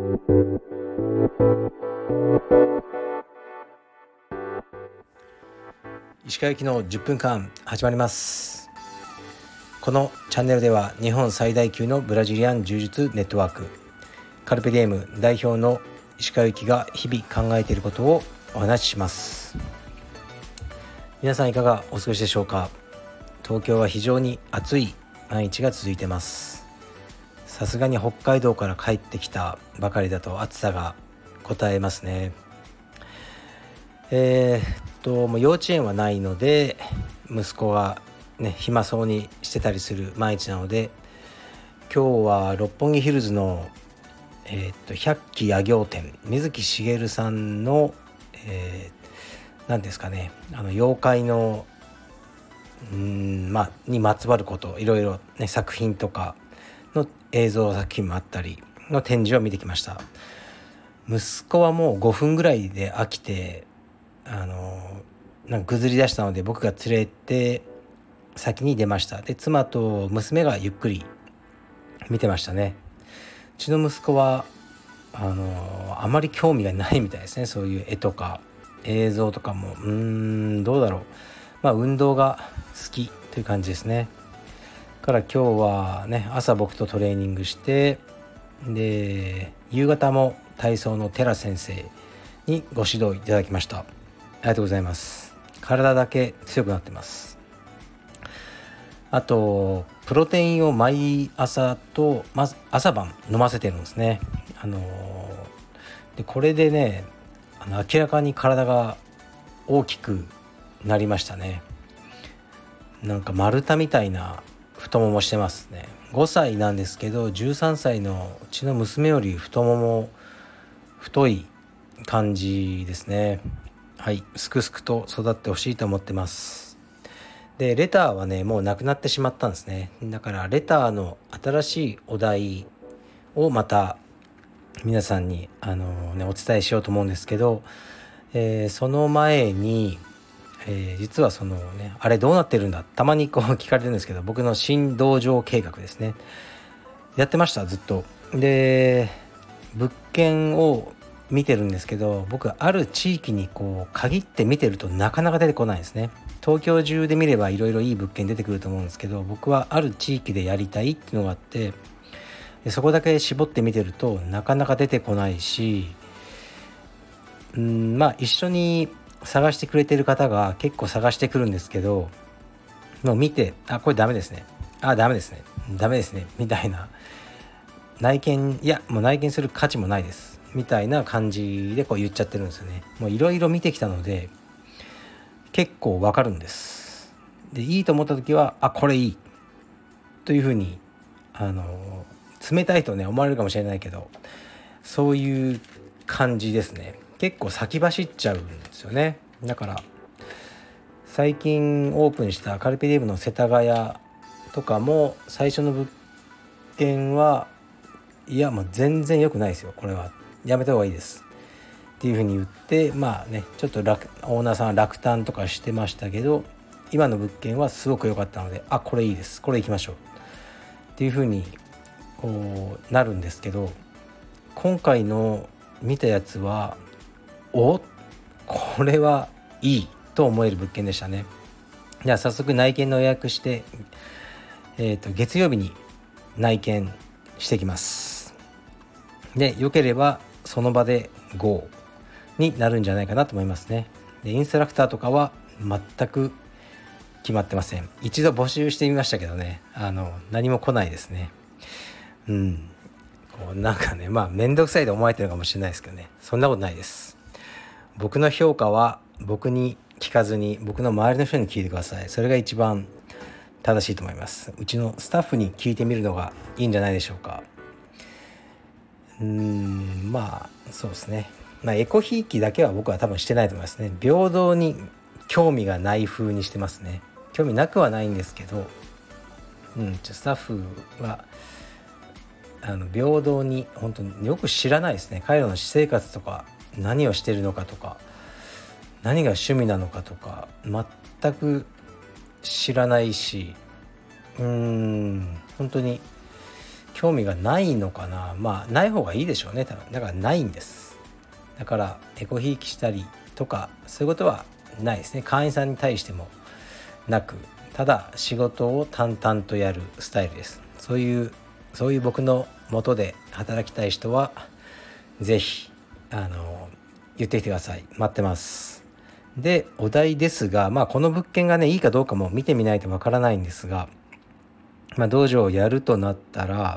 石川行きの10分間始まります。このチャンネルでは日本最大級のブラジリアン柔術ネットワークカルペディエム代表の石川行きが日々考えていることをお話しします。皆さんいかがお過ごしでしょうか。東京は非常に暑い毎日が続いてます。さすがに北海道から帰ってきたばかりだと暑さがこたえますね。もう幼稚園はないので息子がね暇そうにしてたりする毎日なので、今日は六本木ヒルズの百鬼夜行展水木しげるさんの、何ですかね、妖怪のにまつわることいろいろ、ね、作品とかの映像作品もあったりの展示を見てきました。息子はもう5分ぐらいで飽きてなんかぐずり出したので僕が連れて先に出ました。で妻と娘がゆっくり見てましたね。うちの息子はあまり興味がないみたいですね。そういう絵とか映像とかもどうだろう、運動が好きという感じですね。から今日はね朝僕とトレーニングして、で夕方も体操の寺先生にご指導いただきました。ありがとうございます。体だけ強くなってます。あとプロテインを毎朝と朝晩飲ませてるんですね。でこれでね明らかに体が大きくなりましたね。なんか丸太みたいな太ももしてますね。5歳なんですけど13歳のうちの娘より太もも太い感じですね。はい、すくすくと育ってほしいと思ってます。でレターはねもうなくなってしまったんですね。だからレターの新しいお題をまた皆さんにお伝えしようと思うんですけど、その前に、実はそのねあれどうなってるんだたまにこう聞かれてるんですけど、僕の新道場計画ですね、やってましたずっと。で物件を見てるんですけど、僕ある地域にこう限って見てるとなかなか出てこないですね。東京中で見ればいろいろいい物件出てくると思うんですけど、僕はある地域でやりたいっていうのがあって、でそこだけ絞って見てるとなかなか出てこないし、一緒に探してくれてる方が結構探してくるんですけど、もう見てこれダメですね、ダメですねダメですねみたいな、もう内見する価値もないですみたいな感じでこう言っちゃってるんですよね。もういろいろ見てきたので結構わかるんです。でいいと思った時はこれいいというふうに冷たいとね思われるかもしれないけど、そういう感じですね。結構先走っちゃうんですよね。だから最近オープンしたカルペディウムの世田谷とかも最初の物件もう全然良くないですよ、これはやめた方がいいですっていうふうに言って、ちょっとオーナーさんは落胆とかしてましたけど、今の物件はすごく良かったのでこれいいです、これ行きましょうっていうふうにこうなるんですけど、今回の見たやつはこれはいいと思える物件でしたね。じゃあ早速内見の予約して、月曜日に内見してきます。で良ければその場で GO になるんじゃないかなと思いますね。でインストラクターとかは全く決まってません。一度募集してみましたけどね、何も来ないですね。なんかねめんどくさいと思われてるかもしれないですけどね、そんなことないです。僕の評価は僕に聞かずに僕の周りの人に聞いてください。それが一番正しいと思います。うちのスタッフに聞いてみるのがいいんじゃないでしょうか。そうですね。エコひいきだけは僕は多分してないと思いますね。平等に興味がない風にしてますね。興味なくはないんですけど、スタッフは平等に本当によく知らないですね。彼らの私生活とか何をしてるのかとか何が趣味なのかとか全く知らないし、本当に興味がないのかな。ない方がいいでしょうね、多分。だからないんです。だからエコひいきしたりとかそういうことはないですね。会員さんに対してもなく、ただ仕事を淡々とやるスタイルです。そういう僕の元で働きたい人はぜひ言ってきてください。待ってます。で、お題ですが、この物件がねいいかどうかも見てみないとわからないんですが、道場をやるとなったら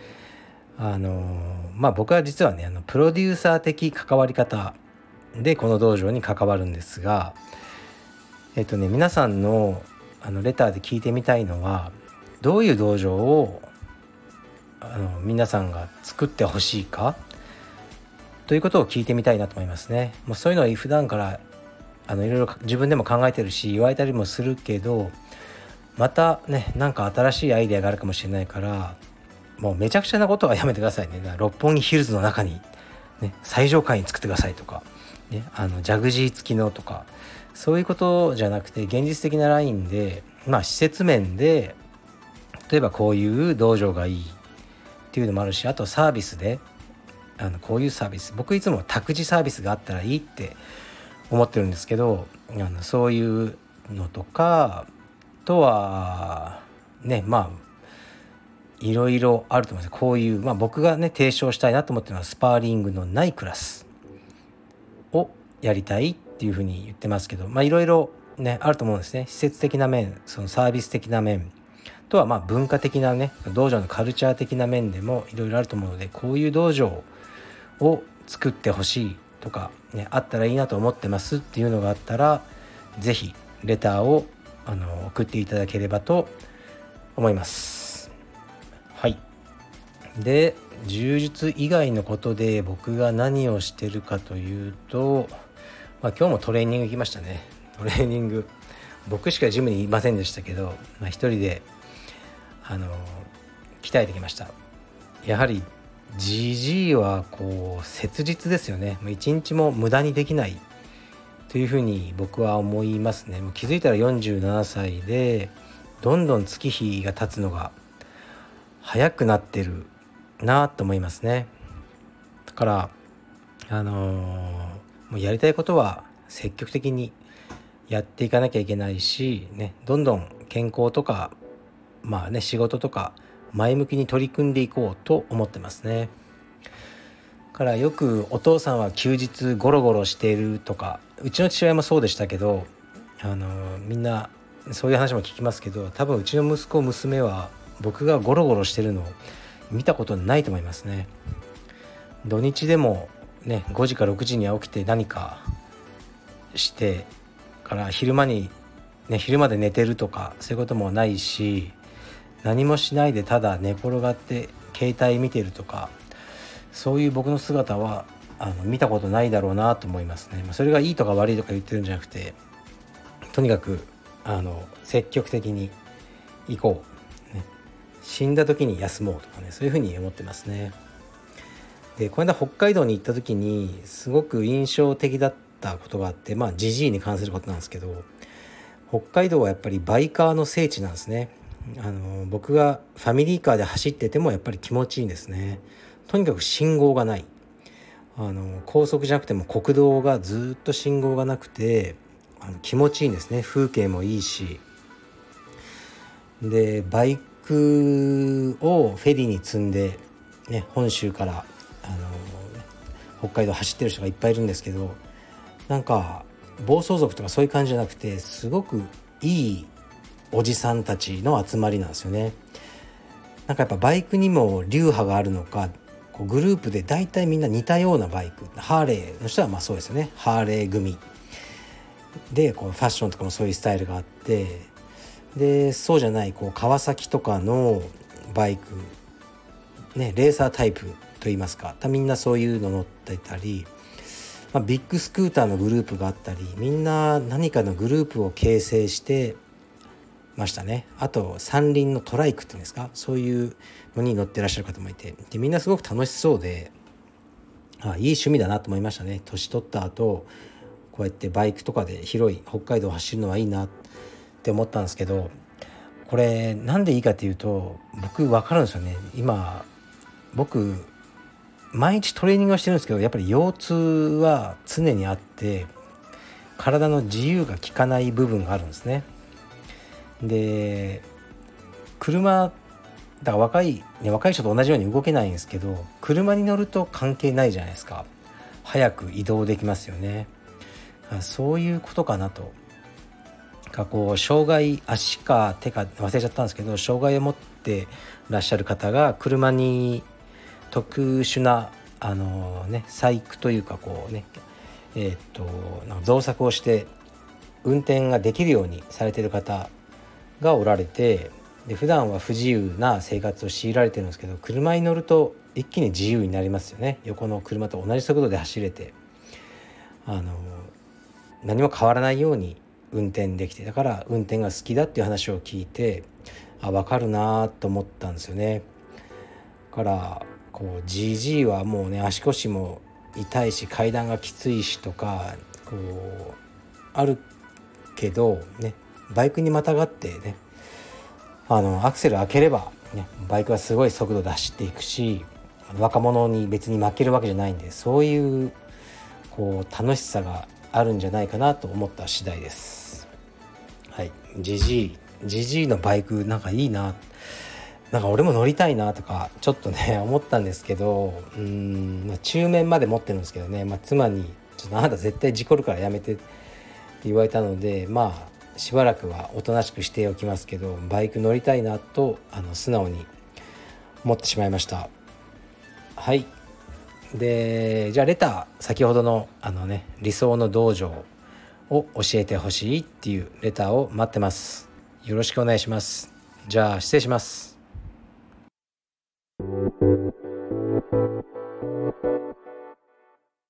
僕は実はねプロデューサー的関わり方でこの道場に関わるんですが、皆さんのレターで聞いてみたいのは、どういう道場を皆さんが作ってほしいかということを聞いてみたいなと思いますね。そういうのは普段からいろいろ自分でも考えてるし言われたりもするけど、またねなんか新しいアイデアがあるかもしれないから、もうめちゃくちゃなことはやめてくださいね。六本木ヒルズの中に、ね、最上階に作ってくださいとか、ね、ジャグジー付きのとか、そういうことじゃなくて現実的なラインで、施設面で例えばこういう道場がいいっていうのもあるし、あとサービスでこういうサービス、僕いつも託児サービスがあったらいいって思ってるんですけど、そういうのとか、あとはねいろいろあると思います。こういう、僕がね提唱したいなと思ってるのはスパーリングのないクラスをやりたいっていうふうに言ってますけど、いろいろねあると思うんですね。施設的な面、そのサービス的な面とは文化的なね、道場のカルチャー的な面でもいろいろあると思うので、こういう道場を作ってほしいとか、ね、あったらいいなと思ってますっていうのがあったら、ぜひレターを送っていただければと思います。はい。で、柔術以外のことで僕が何をしてるかというと、今日もトレーニング行きましたね。トレーニング、僕しかジムにいませんでしたけど、一人で鍛えてきました。やはりジジイはこう切実ですよね。一日も無駄にできないというふうに僕は思いますね。もう気づいたら47歳で、どんどん月日が経つのが早くなってるなと思いますね。だからもうやりたいことは積極的にやっていかなきゃいけないし、ね、どんどん健康とか仕事とか前向きに取り組んでいこうと思ってますね。だからよくお父さんは休日ゴロゴロしているとか、うちの父親もそうでしたけど、みんなそういう話も聞きますけど、多分うちの息子娘は僕がゴロゴロしてるのを見たことないと思いますね。土日でもね5時か6時には起きて何かしてから昼間にね昼まで寝てるとか、そういうこともないし、何もしないでただ寝転がって携帯見てるとか、そういう僕の姿は見たことないだろうなと思いますね。それがいいとか悪いとか言ってるんじゃなくて、とにかく積極的に行こう、ね、死んだ時に休もうとかね、そういうふうに思ってますね。で、この間北海道に行った時にすごく印象的だったことがあって、ジジイに関することなんですけど、北海道はやっぱりバイカーの聖地なんですね。僕がファミリーカーで走っててもやっぱり気持ちいいんですね。とにかく信号がない、高速じゃなくても国道がずっと信号がなくて気持ちいいんですね。風景もいいし、でバイクをフェリーに積んで、ね、本州から北海道走ってる人がいっぱいいるんですけど、なんか暴走族とかそういう感じじゃなくて、すごくいいおじさんたちの集まりなんですよね。なんかやっぱバイクにも流派があるのか、こうグループでだいたいみんな似たようなバイク、ハーレーの人はそうですよね、ハーレー組で、こうファッションとかもそういうスタイルがあって、でそうじゃないこう川崎とかのバイクね、レーサータイプといいますか、みんなそういうの乗ってたり、ビッグスクーターのグループがあったり、みんな何かのグループを形成してましたね。あと三輪のトライクっていうんですか、そういうのに乗ってらっしゃる方もいて、でみんなすごく楽しそうで、いい趣味だなと思いましたね。年取った後こうやってバイクとかで広い北海道を走るのはいいなって思ったんですけど、 これなんでいいかっていうと、僕分かるんですよね。今僕毎日トレーニングをしてるんですけど、やっぱり腰痛は常にあって、体の自由が利かない部分があるんですね。で、車だから若い人と同じように動けないんですけど、車に乗ると関係ないじゃないですか。早く移動できますよね。そういうことかなと。こう障害、足か手か忘れちゃったんですけど、障害を持ってらっしゃる方が車に特殊な細工というかこうね、なんか造作をして運転ができるようにされている方がおられて、で普段は不自由な生活を強いられてるんですけど、車に乗ると一気に自由になりますよね。横の車と同じ速度で走れて、何も変わらないように運転できて、だから運転が好きだっていう話を聞いて、分かるなと思ったんですよね。だからこう GG はもうね、足腰も痛いし階段がきついしとかこうあるけどね、バイクにまたがってね、アクセル開ければ、ね、バイクはすごい速度で走っていくし、若者に別に負けるわけじゃないんで、そういうこう楽しさがあるんじゃないかなと思った次第です。はい、GG のバイクなんかいいな、なんか俺も乗りたいなとかちょっとね思ったんですけど、中面まで持ってるんですけどね、妻にちょっとあなた絶対事故るからやめてって言われたので、しばらくはおとなしくしておきますけど、バイク乗りたいなと素直に思ってしまいました。はい。で、じゃあレター、先ほどの理想の道場を教えてほしいっていうレターを待ってます。よろしくお願いします。じゃあ失礼します。